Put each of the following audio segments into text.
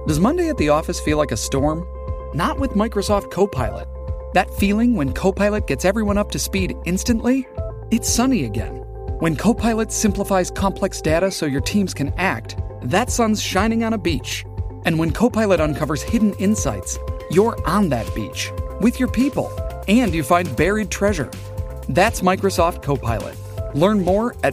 Does Monday at the office feel like a storm? Not with Microsoft Copilot. That feeling when Copilot gets everyone up to speed instantly? It's sunny again. When Copilot simplifies complex data so your teams can act, that sun's shining on a beach. And when Copilot uncovers hidden insights, you're on that beach with your people, and you find buried treasure. That's Microsoft Copilot. Learn more at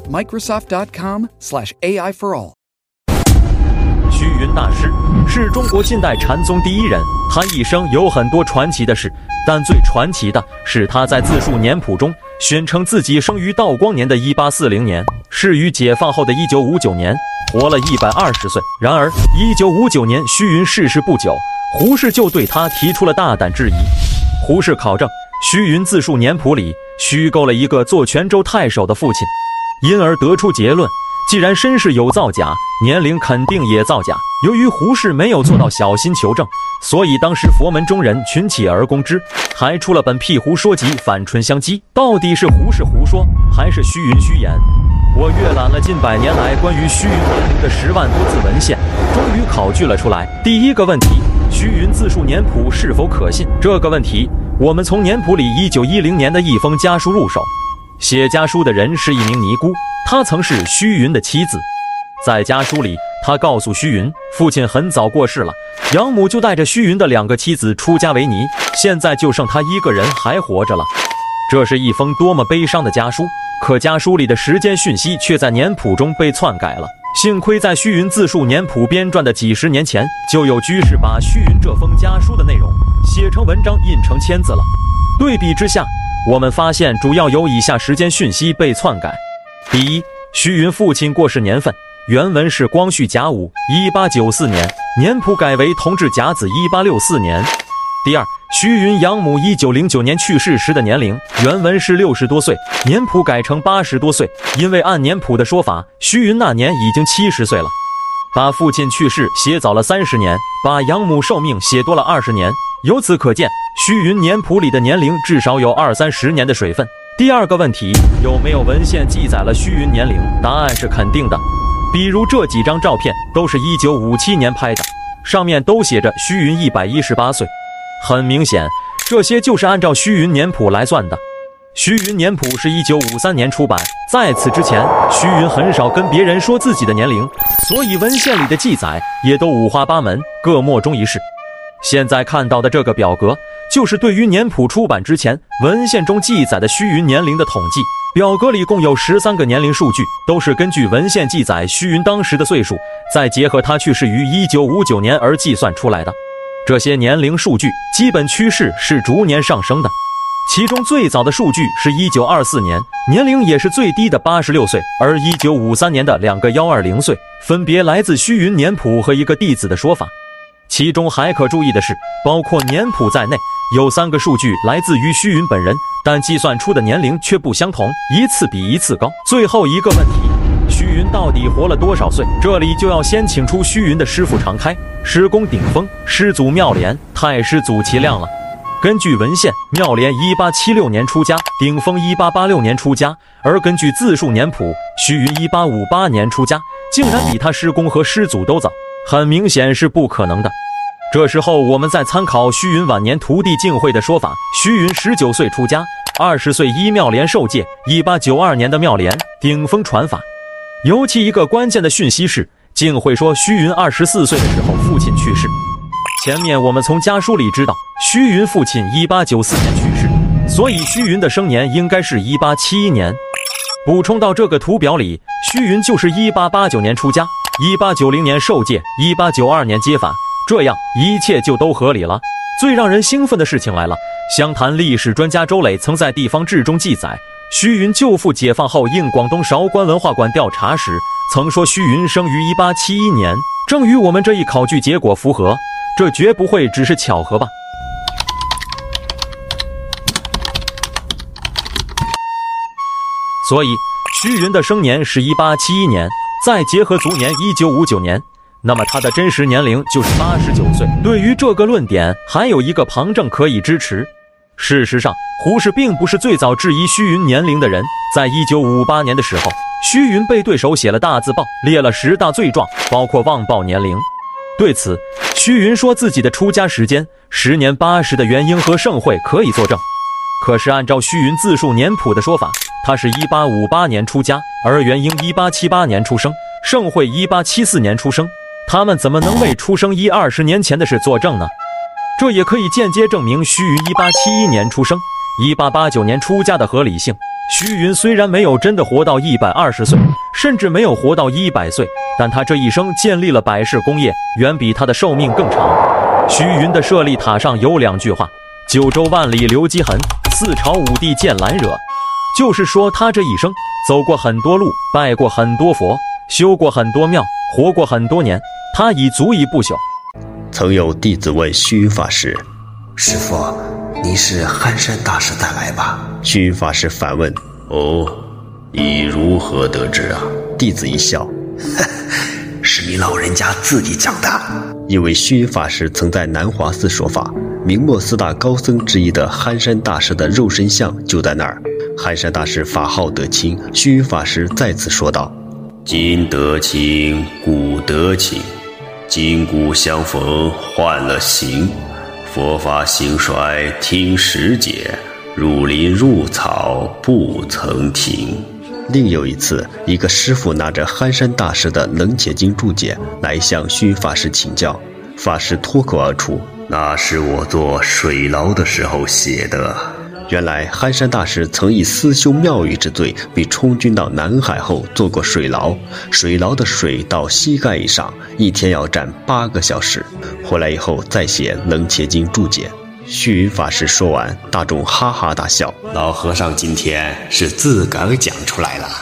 Microsoft.com/AI for all. 虚云大师是中国近代禅宗第一人，他一生有很多传奇的事，但最传奇的是他在自述年谱中宣称自己生于道光年的1840年，逝于解放后的1959年，活了120岁。然而1959年虚云逝世不久，胡适就对他提出了大胆质疑。胡适考证，虚云自述年谱里虚构了一个做泉州太守的父亲，因而得出结论，既然身世有造假，年龄肯定也造假。由于胡适没有做到小心求证，所以当时佛门中人群起而攻之，还出了本辟胡说集，反唇相讥。到底是胡适胡说，还是虚云虚言？我阅览了近100年来关于虚云年龄的10万多字文献，终于考据了出来。第一个问题，虚云自述年谱是否可信？这个问题，我们从年谱里1910年的一封家书入手。写家书的人是一名尼姑，她曾是虚云的妻子。在家书里，他告诉虚云，父亲很早过世了，养母就带着虚云的2个妻子出家为尼，现在就剩他一个人还活着了。这是一封多么悲伤的家书，可家书里的时间讯息却在年谱中被篡改了。幸亏在虚云自述年谱编撰的几十年前，就有居士把虚云这封家书的内容写成文章，印成签字了。对比之下，我们发现主要有以下时间讯息被篡改。第一，虚云父亲过世年份原文是光绪甲午1894年，年谱改为同治甲子1864年。第二，虚云养母1909年去世时的年龄原文是60多岁，年谱改成80多岁，因为按年谱的说法，虚云那年已经70岁了。把父亲去世写早了30年，把养母寿命写多了20年，由此可见，虚云年谱里的年龄至少有20-30年的水分。第二个问题，有没有文献记载了虚云年龄？答案是肯定的。比如这几张照片都是1957年拍的，上面都写着虚云118岁。很明显，这些就是按照虚云年谱来算的。虚云年谱是1953年出版，在此之前，虚云很少跟别人说自己的年龄，所以文献里的记载也都五花八门，各莫衷一是。现在看到的这个表格，就是对于年谱出版之前文献中记载的虚云年龄的统计。表格里共有13个年龄数据，都是根据文献记载虚云当时的岁数，再结合他去世于1959年而计算出来的。这些年龄数据基本趋势是逐年上升的，其中最早的数据是1924年，年龄也是最低的86岁，而1953年的2个120岁，分别来自虚云年谱和一个弟子的说法。其中还可注意的是，包括年谱在内，有3个数据来自于虚云本人，但计算出的年龄却不相同，一次比一次高。最后一个问题，虚云到底活了多少岁？这里就要先请出虚云的师父常开、师公顶峰、师祖妙莲、太师祖齐亮了。根据文献，妙莲1876年出家，顶峰1886年出家，而根据自述年谱，虚云1858年出家，竟然比他师公和师祖都早，很明显是不可能的。这时候我们再参考虚云晚年徒弟净慧的说法，虚云19岁出家，20岁依妙莲受戒，1892年的妙莲顶峰传法。尤其一个关键的讯息是，净慧说虚云24岁的时候父亲去世。前面我们从家书里知道，虚云父亲1894年去世，所以虚云的生年应该是1871年。补充到这个图表里，虚云就是1889年出家，1890年受戒，1892年接法，这样一切就都合理了。最让人兴奋的事情来了，湘潭历史专家周磊曾在地方志中记载，虚云舅父解放后应广东韶关文化馆调查时，曾说虚云生于1871年，正与我们这一考据结果符合，这绝不会只是巧合吧？所以虚云的生年是1871年，再结合卒年1959年，那么他的真实年龄就是89岁。对于这个论点，还有一个旁证可以支持。事实上，胡适并不是最早质疑虚云年龄的人。在1958年的时候，虚云被对手写了大字报，列了10大罪状，包括妄报年龄。对此， 虚云说自己的出家时间10年80的元婴和盛会可以作证，可是按照虚云自述年谱的说法，他是1858年出家，而元婴1878年出生，盛会1874年出生，他们怎么能为出生20年前的事作证呢？这也可以间接证明虚云1871年出生，1889年出家的合理性。虚云虽然没有真的活到120岁，甚至没有活到100岁，但他这一生建立了百世功业，远比他的寿命更长。虚云的舍利塔上有2句话：九州万里留迹痕，4朝5帝见兰惹。就是说他这一生走过很多路，拜过很多佛，修过很多庙，活过很多年，他已足以不朽。 曾有弟子问虚云法师：师父，你是憨山大师带来吧？虚云法师反问： 哦，你如何得知啊？ 弟子一笑： 是你老人家自己讲的。 因为虚云法师曾在南华寺说法，明末4大高僧之一的憨山大师的肉身像就在那儿。憨山大师法号得清，虚云法师再次说道： 今得清，古得清，今古相逢换了形，佛法兴衰听时节，入林入草不曾停。 另有一次，一个师傅拿着憨山大师的《楞伽经》注解来向虚云法师请教，法师脱口而出： 那是我做水牢的时候写的。 原来憨山大师曾以私修庙宇之罪被充军到南海后做过水牢，水牢的水到膝盖以上，一天要站8个小时。回来以后再写《楞伽经》注解。虚云法师说完，大众哈哈大笑。 老和尚今天是自个儿讲出来了。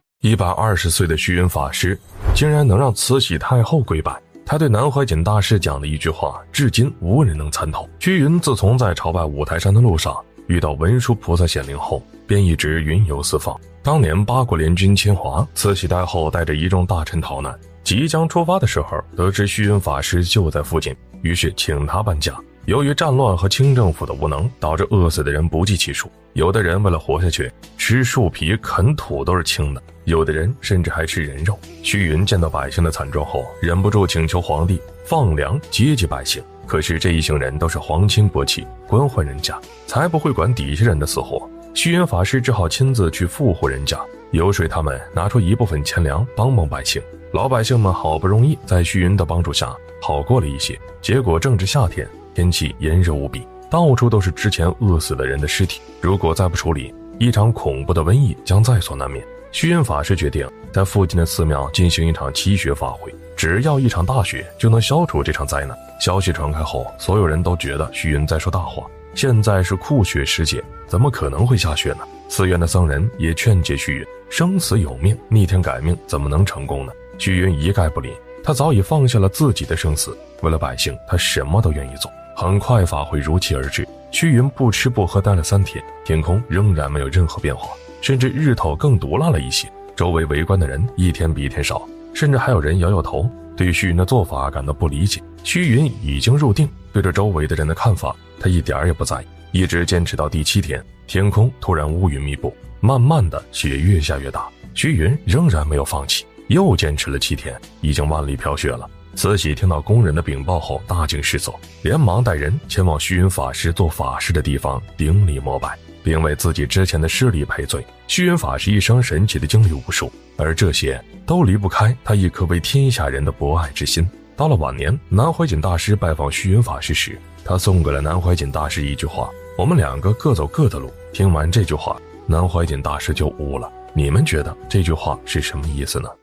120岁的虚云法师竟然能让慈禧太后跪拜，他对南怀瑾大师讲的一句话至今无人能参透。虚云自从在朝拜五台山的路上遇到文殊菩萨显灵后，便一直云游四方。当年8国联军侵华，慈禧太后带着一众大臣逃难，即将出发的时候，得知虚云法师就在附近，于是请他搬家。由于战乱和清政府的无能，导致饿死的人不计其数，有的人为了活下去，吃树皮啃土都是轻的，有的人甚至还吃人肉。虚云见到百姓的惨状后，忍不住请求皇帝放粮接济百姓。可是这一行人都是皇亲国戚，官宦人家，才不会管底下人的死活。虚云法师只好亲自去富户人家，游说他们拿出一部分钱粮帮帮百姓。老百姓们好不容易在虚云的帮助下好过了一些，结果正值夏天，天气炎热无比，到处都是之前饿死的人的尸体。如果再不处理，一场恐怖的瘟疫将在所难免。虚云法师决定在附近的寺庙进行一场祈雪法会，只要一场大雪就能消除这场灾难。消息传开后，所有人都觉得虚云在说大话。现在是酷雪时节，怎么可能会下雪呢？寺院的僧人也劝诫虚云，生死有命，逆天改命怎么能成功呢？虚云一概不理，他早已放下了自己的生死，为了百姓，他什么都愿意做。很快法会如期而至，虚云不吃不喝待了3天，天空仍然没有任何变化，甚至日头更毒辣了一些。周围围观的人一天比一天少，甚至还有人摇摇头，对虚云的做法感到不理解。虚云已经入定，对着周围的人的看法他一点也不在意，一直坚持到第7天，天空突然乌云密布，慢慢的雪越下越大。虚云仍然没有放弃，又坚持了7天，已经万里飘雪了。慈禧听到工人的禀报后大惊失色，连忙带人前往虚云法师做法事的地方顶礼膜拜，并为自己之前的失礼赔罪。虚云法师一生神奇的经历无数，而这些都离不开他一颗为天下人的博爱之心。到了晚年，南怀瑾大师拜访虚云法师时，他送给了南怀瑾大师一句话：我们2个各走各的路。听完这句话，南怀瑾大师就悟了。你们觉得这句话是什么意思呢？